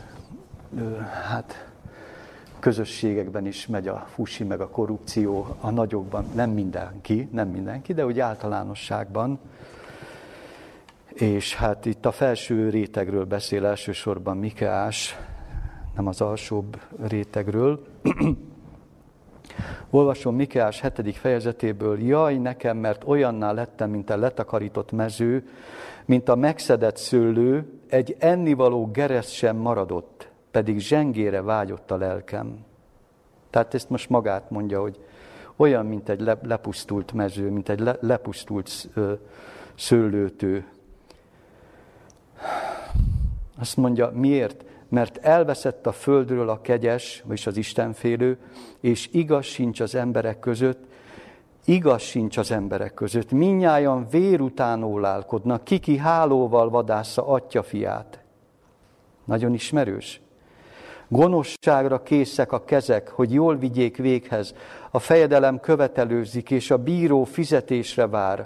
közösségekben is megy a fusi, meg a korrupció, a nagyokban, nem mindenki, de úgy általánosságban. És hát itt a felső rétegről beszél elsősorban Mikeás, nem az alsóbb rétegről. Olvasom Mikeás 7. fejezetéből, jaj nekem, mert olyanná lettem, mint a letakarított mező, mint a megszedett szőlő, egy ennivaló geresz sem maradott, pedig zsengére vágyott a lelkem. Tehát ezt most magát mondja, hogy olyan, mint egy lepusztult mező, mint egy lepusztult szőlőtő. Azt mondja, miért? Mert elveszett a földről a kegyes, vagyis az istenfélő, és igaz sincs az emberek között. Mindnyájan vérutánólálkodnak, ki hálóval vadásza atya fiát. Nagyon ismerős. Gonoszságra készek a kezek, hogy jól vigyék véghez. A fejedelem követelőzik, és a bíró fizetésre vár.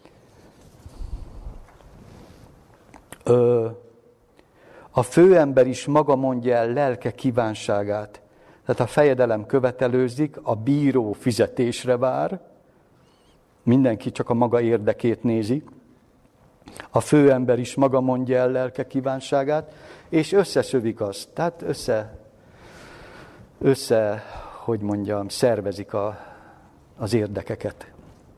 A főember is maga mondja el lelke kívánságát. Tehát a fejedelem követelőzik, a bíró fizetésre vár, mindenki csak a maga érdekét nézi. A főember is maga mondja el lelke kívánságát, és összeszövik azt. Tehát szervezik az érdekeket.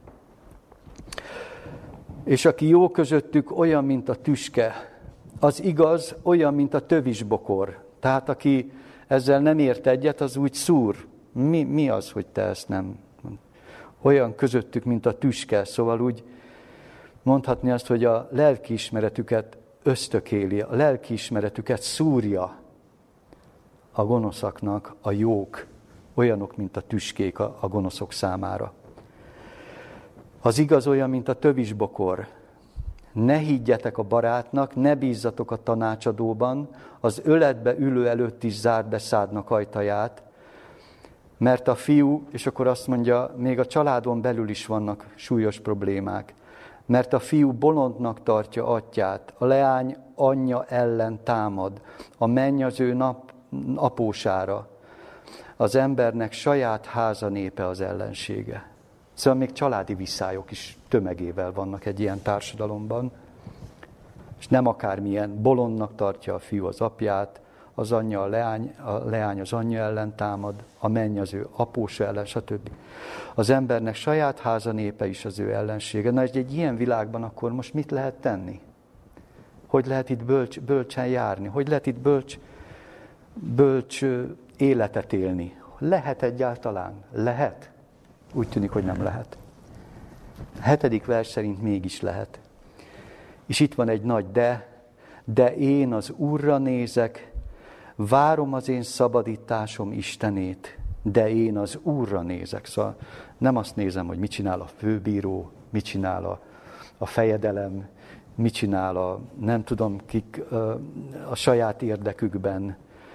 És aki jó közöttük, olyan, mint a tüske, az igaz, olyan, mint a tövisbokor. Tehát aki ezzel nem ért egyet, az úgy szúr. Mi az, hogy te ezt nem? Olyan közöttük, mint a tüske. Szóval úgy mondhatni azt, hogy a lelkiismeretüket ösztökéli, a lelkiismeretüket szúrja a gonoszaknak a jók, olyanok, mint a tüskék a gonoszok számára. Az igaz olyan, mint a tövisbokor. Ne higgyetek a barátnak, ne bízzatok a tanácsadóban, az öletbe ülő előtt is zárd be szádnak ajtaját, mert a fiú, és akkor azt mondja, még a családon belül is vannak súlyos problémák, mert a fiú bolondnak tartja atyát, a leány anyja ellen támad, a mennyező apósára, az embernek saját háza népe az ellensége. Szóval még családi viszályok is tömegével vannak egy ilyen társadalomban, és nem akármilyen bolondnak tartja a fiú az apját, az anyja, a leány az anyja ellen támad, a menny az ő apósa ellen, stb. Az embernek saját háza népe is az ő ellensége. Na, egy ilyen világban akkor most mit lehet tenni? Hogy lehet itt bölcsen járni? Hogy lehet itt bölcs életet élni? Lehet egyáltalán? Lehet? Úgy tűnik, hogy nem lehet. A 7. vers szerint mégis lehet. És itt van egy nagy de én az Úrra nézek, várom az én szabadításom Istenét, de én az Úrra nézek. Szóval nem azt nézem, hogy mit csinál a főbíró, mit csinál a fejedelem, mit csinál a nem tudom kik a saját érdekükben.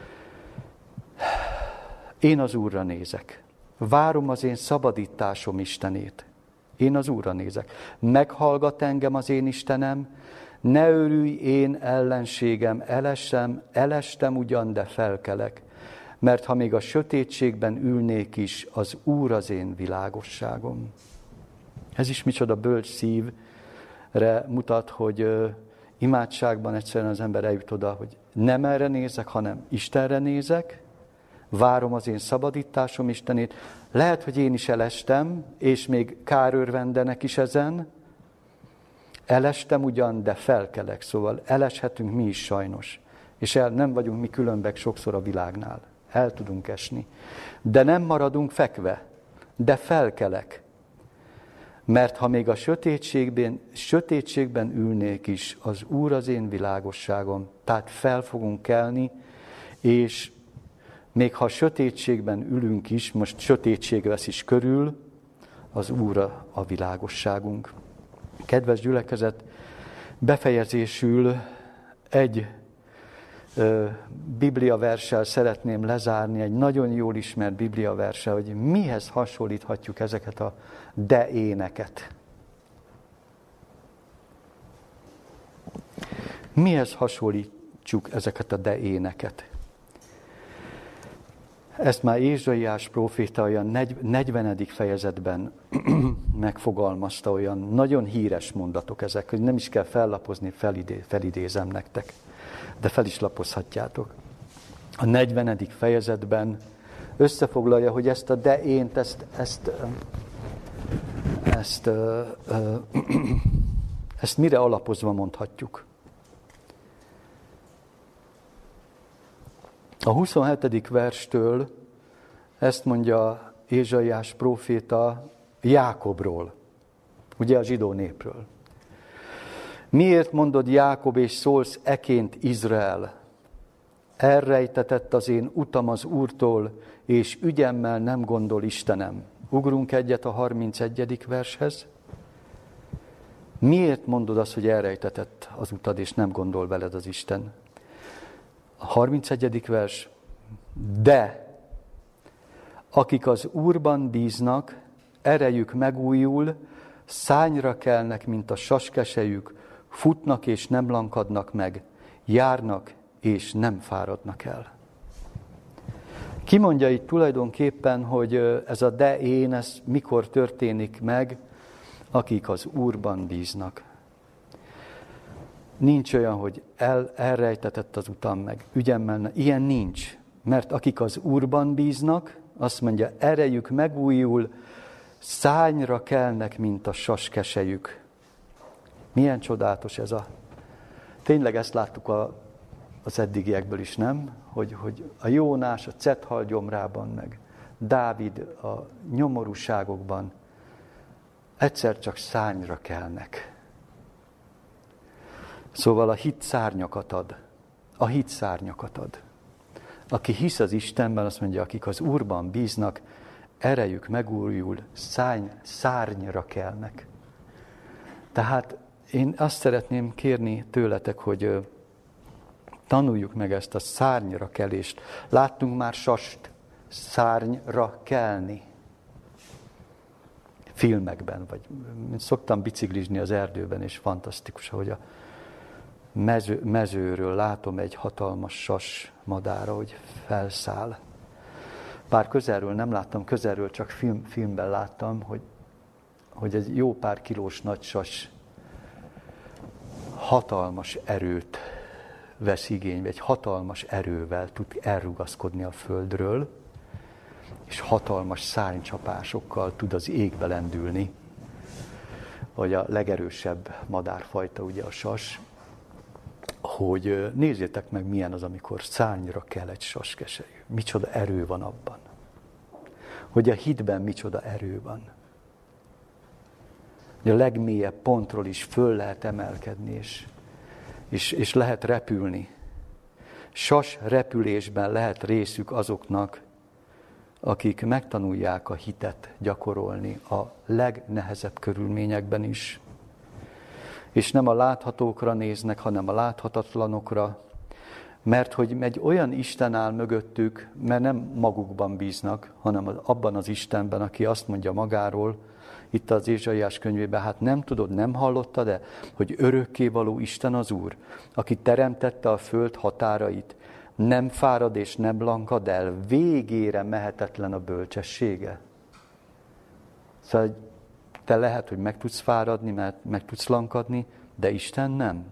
Én az Úrra nézek. Várom az én szabadításom Istenét. Én az Úrra nézek. Meghallgat engem az én Istenem, ne örülj én ellenségem, elestem ugyan, de felkelek. Mert ha még a sötétségben ülnék is, az Úr az én világosságom. Ez is micsoda bölcs szívre mutat, hogy imádságban egyszerűen az ember eljut oda, hogy nem erre nézek, hanem Istenre nézek, várom az én szabadításom Istenét. Lehet, hogy én is elestem, és még kárőrvendenek is ezen. Elestem ugyan, de felkelek, szóval eleshetünk mi is sajnos. És nem vagyunk mi különbek sokszor a világnál. El tudunk esni. De nem maradunk fekve, de felkelek. Mert ha még a sötétségben ülnék is, az Úr az én világosságom. Tehát fel fogunk kelni, és még ha a sötétségben ülünk is, most sötétség vesz is körül, az Úr a világosságunk. Kedves gyülekezet, befejezésül egy bibliaverssel szeretném lezárni, egy nagyon jól ismert bibliaverssel, hogy mihez hasonlíthatjuk ezeket a de éneket. Mihez hasonlítjuk ezeket a de éneket? Ezt már Ézsaiás próféta olyan 40. fejezetben megfogalmazta, olyan nagyon híres mondatok ezek, hogy nem is kell fellapozni, felidézem nektek, de fel is lapozhatjátok. A 40. fejezetben összefoglalja, hogy ezt a de ént, ezt mire alapozva mondhatjuk. A 27. verstől ezt mondja Ézsaiás próféta Jákobról, ugye a zsidó népről. Miért mondod Jákob és szólsz eként Izrael? Elrejtetett az én utam az Úrtól, és ügyemmel nem gondol Istenem. Ugrunk egyet a 31. vershez. Miért mondod azt, hogy elrejtetett az utad, és nem gondol veled az Isten? A 31. vers. De akik az Úrban bíznak, erejük megújul, szárnyra kelnek, mint a saskesejük, futnak és nem lankadnak meg, járnak és nem fáradnak el. Ki mondja itt tulajdonképpen, hogy ez a de én, ez mikor történik meg, akik az Úrban bíznak. Nincs olyan, hogy elrejtetett az utam meg, ügyemmel, ilyen nincs. Mert akik az Úrban bíznak, azt mondja, erejük megújul, szárnyra kelnek, mint a saskesejük. Milyen csodálatos ez a... Tényleg ezt láttuk az eddigiekből is, nem? Hogy a Jónás a cethal gyomrában, meg Dávid a nyomorúságokban egyszer csak szárnyra kelnek. Szóval a hit szárnyakat ad. A hit szárnyakat ad. Aki hisz az Istenben, azt mondja, akik az Úrban bíznak, erejük megújul, szárnyra kelnek. Tehát én azt szeretném kérni tőletek, hogy tanuljuk meg ezt a szárnyra kelést. Láttunk már sast szárnyra kelni. Filmekben, vagy szoktam biciklizni az erdőben, és fantasztikus, hogy a mezőről látom egy hatalmas sas madára, hogy felszáll. Bár közelről nem láttam, közelről csak filmben láttam, hogy egy jó pár kilós nagy sas hatalmas erőt vesz igénybe, egy hatalmas erővel tud elrugaszkodni a földről, és hatalmas szárnycsapásokkal tud az égbe lendülni, vagy a legerősebb madárfajta, ugye a sas, hogy nézzétek meg, milyen az, amikor szárnyra kell egy saskeselyű. Micsoda erő van abban. Hogy a hitben micsoda erő van. Hogy a legmélyebb pontról is föl lehet emelkedni, és lehet repülni. Sas repülésben lehet részük azoknak, akik megtanulják a hitet gyakorolni a legnehezebb körülményekben is. És nem a láthatókra néznek, hanem a láthatatlanokra, mert hogy egy olyan Isten áll mögöttük, mert nem magukban bíznak, hanem abban az Istenben, aki azt mondja magáról, itt az Ézsaiás könyvében, hát nem tudod, nem hallottad-e, hogy örökkévaló Isten az Úr, aki teremtette a föld határait, nem fárad és nem lankad el, végére mehetetlen a bölcsessége. Szóval te lehet, hogy meg tudsz fáradni, mert meg tudsz lankadni, de Isten nem.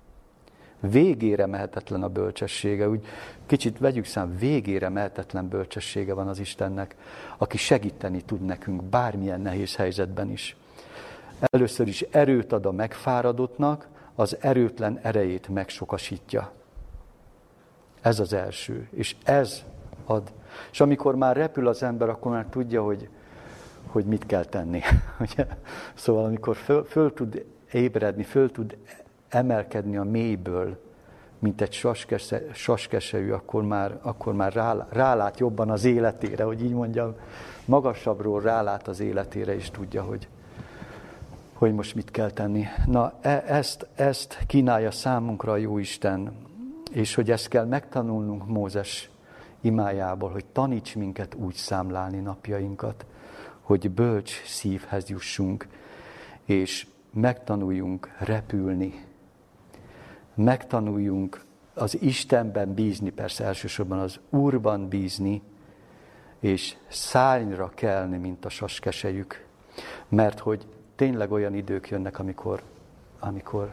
Végére mehetetlen a bölcsessége. Úgy kicsit vegyük szám, végére mehetetlen bölcsessége van az Istennek, aki segíteni tud nekünk bármilyen nehéz helyzetben is. Először is erőt ad a megfáradottnak, az erőtlen erejét megsokasítja. Ez az első. És ez ad. És amikor már repül az ember, akkor már tudja, hogy mit kell tenni. Szóval amikor föl tud ébredni, föl tud emelkedni a mélyből, mint egy saskeselyű, akkor már rálát jobban az életére, hogy így mondjam, magasabbról rálát az életére, és tudja, hogy most mit kell tenni. Na, ezt kínálja számunkra a Jóisten, és hogy ezt kell megtanulnunk Mózes imájából, hogy taníts minket úgy számlálni napjainkat, hogy bölcs szívhez jussunk, és megtanuljunk repülni. Megtanuljunk az Istenben bízni, persze elsősorban az Úrban bízni, és szárnyra kelni, mint a saskeselyük. Mert hogy tényleg olyan idők jönnek, amikor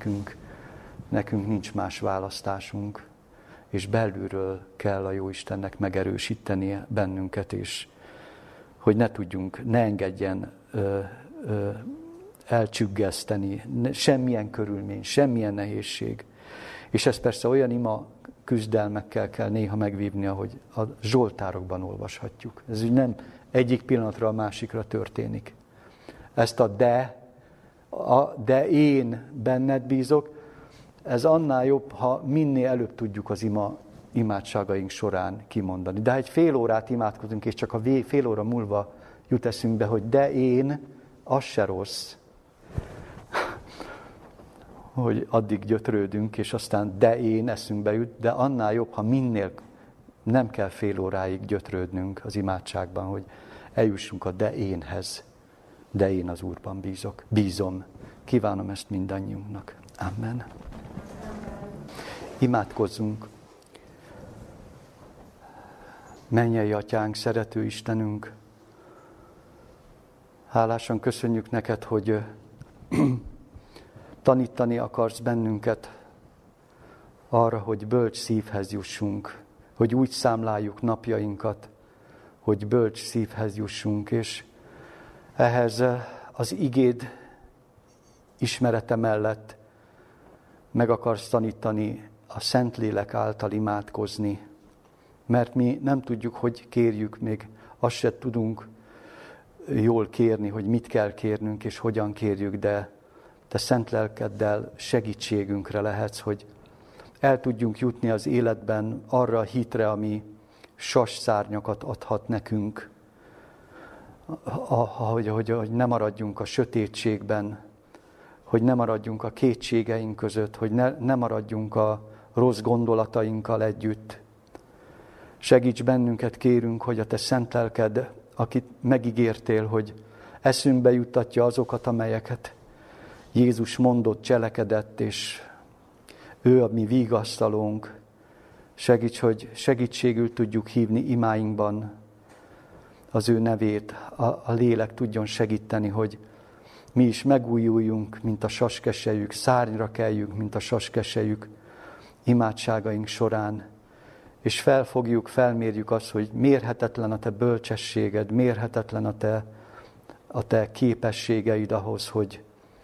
nekünk nincs más választásunk, és belülről kell a Jóistennek megerősítenie bennünket, és hogy ne engedjen elcsüggeszteni semmilyen körülmény, semmilyen nehézség. És ezt persze olyan ima küzdelmekkel kell néha megvívni, ahogy a Zsoltárokban olvashatjuk. Ez úgy nem egyik pillanatra a másikra történik. Ezt de én benned bízok, ez annál jobb, ha minél előbb tudjuk az imádságaink során kimondani. De ha egy fél órát imádkozunk, és csak a fél óra múlva jut eszünkbe, hogy de én, az se rossz, hogy addig gyötrődünk, és aztán de én eszünkbe jut, de annál jobb, ha minél nem kell fél óráig gyötrődnünk az imádságban, hogy eljussunk a de énhez. De én az Úrban bízom. Kívánom ezt mindannyiunknak. Amen. Imádkozzunk. Mennyei Atyánk, szerető Istenünk, hálásan köszönjük neked, hogy tanítani akarsz bennünket arra, hogy bölcs szívhez jussunk, hogy úgy számláljuk napjainkat, hogy bölcs szívhez jussunk, és ehhez az igéd ismerete mellett meg akarsz tanítani a Szentlélek által imádkozni, mert mi nem tudjuk, hogy kérjük, még azt se tudunk jól kérni, hogy mit kell kérnünk, és hogyan kérjük, de te szent lelkeddel segítségünkre lehetsz, hogy el tudjunk jutni az életben arra a hitre, ami sasszárnyakat adhat nekünk, hogy ne maradjunk a sötétségben, hogy ne maradjunk a kétségeink között, hogy ne maradjunk a rossz gondolatainkkal együtt. Segíts bennünket, kérünk, hogy a te szent lelked, akit megígértél, hogy eszünkbe juttatja azokat, amelyeket Jézus mondott, cselekedett, és ő a mi vigasztalónk. Segíts, hogy segítségül tudjuk hívni imáinkban az ő nevét, a lélek tudjon segíteni, hogy mi is megújuljunk, mint a saskeselyük, szárnyra keljünk, mint a saskeselyük, imádságaink során, és felmérjük azt, hogy mérhetetlen a te bölcsességed, mérhetetlen a te képességeid ahhoz, hogy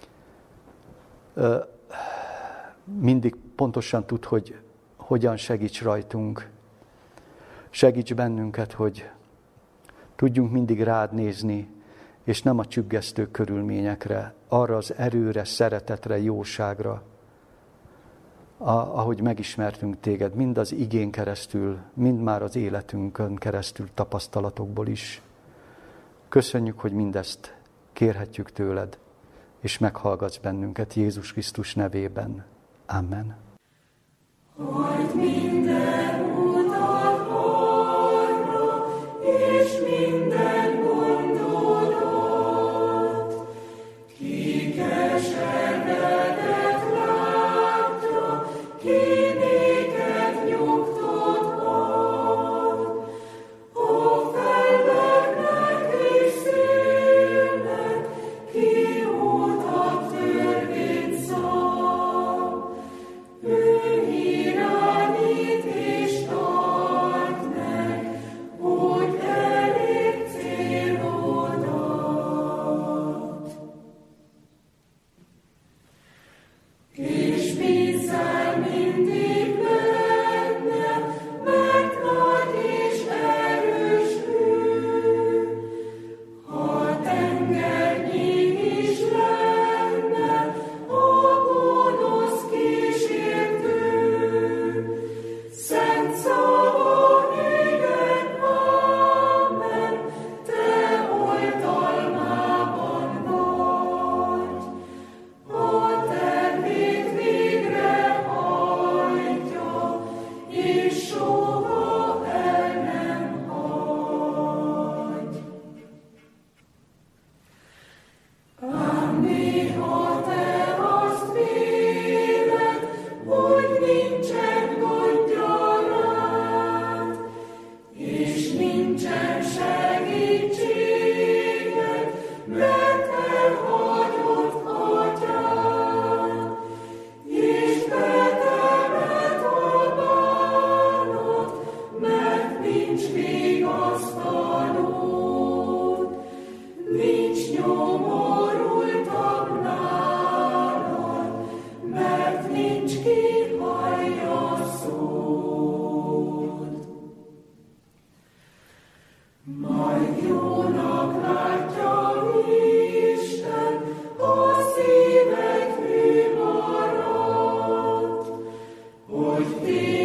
mindig pontosan tudd, hogy hogyan segíts rajtunk. Segíts bennünket, hogy tudjunk mindig rád nézni, és nem a csüggesztő körülményekre, arra az erőre, szeretetre, jóságra, ahogy megismertünk téged, mind az igén keresztül, mind már az életünkön keresztül, tapasztalatokból is. Köszönjük, hogy mindezt kérhetjük tőled, és meghallgatsz bennünket Jézus Krisztus nevében. Amen. Hagyd minden utat arra, és minden gondolat, ki keservedett látja, ki néked nyugtot ad. A fellegnek és szélnek, ki utat törvényt szab, ő irányít és tart meg, hogy elég célodat. És bízzál mindig benne, mert nagy és erős ő. Ha tengernyi is lenne a gonosz kísértő, szent szava igen, amen, te oltalmában vagy. A tervét végrehajtja, és soha el nem hagy. Ám néha te azt véled, hogy nincsen gondja rád, és nincsen segítséged, mert elhagyott atyád, és betemet a bánat, mert nincs vigasztalód, nincs nyomorultabb nálad, mert nincs ki hallja szót. Majd jónak látja Isten, a szíved hű maradt, hogy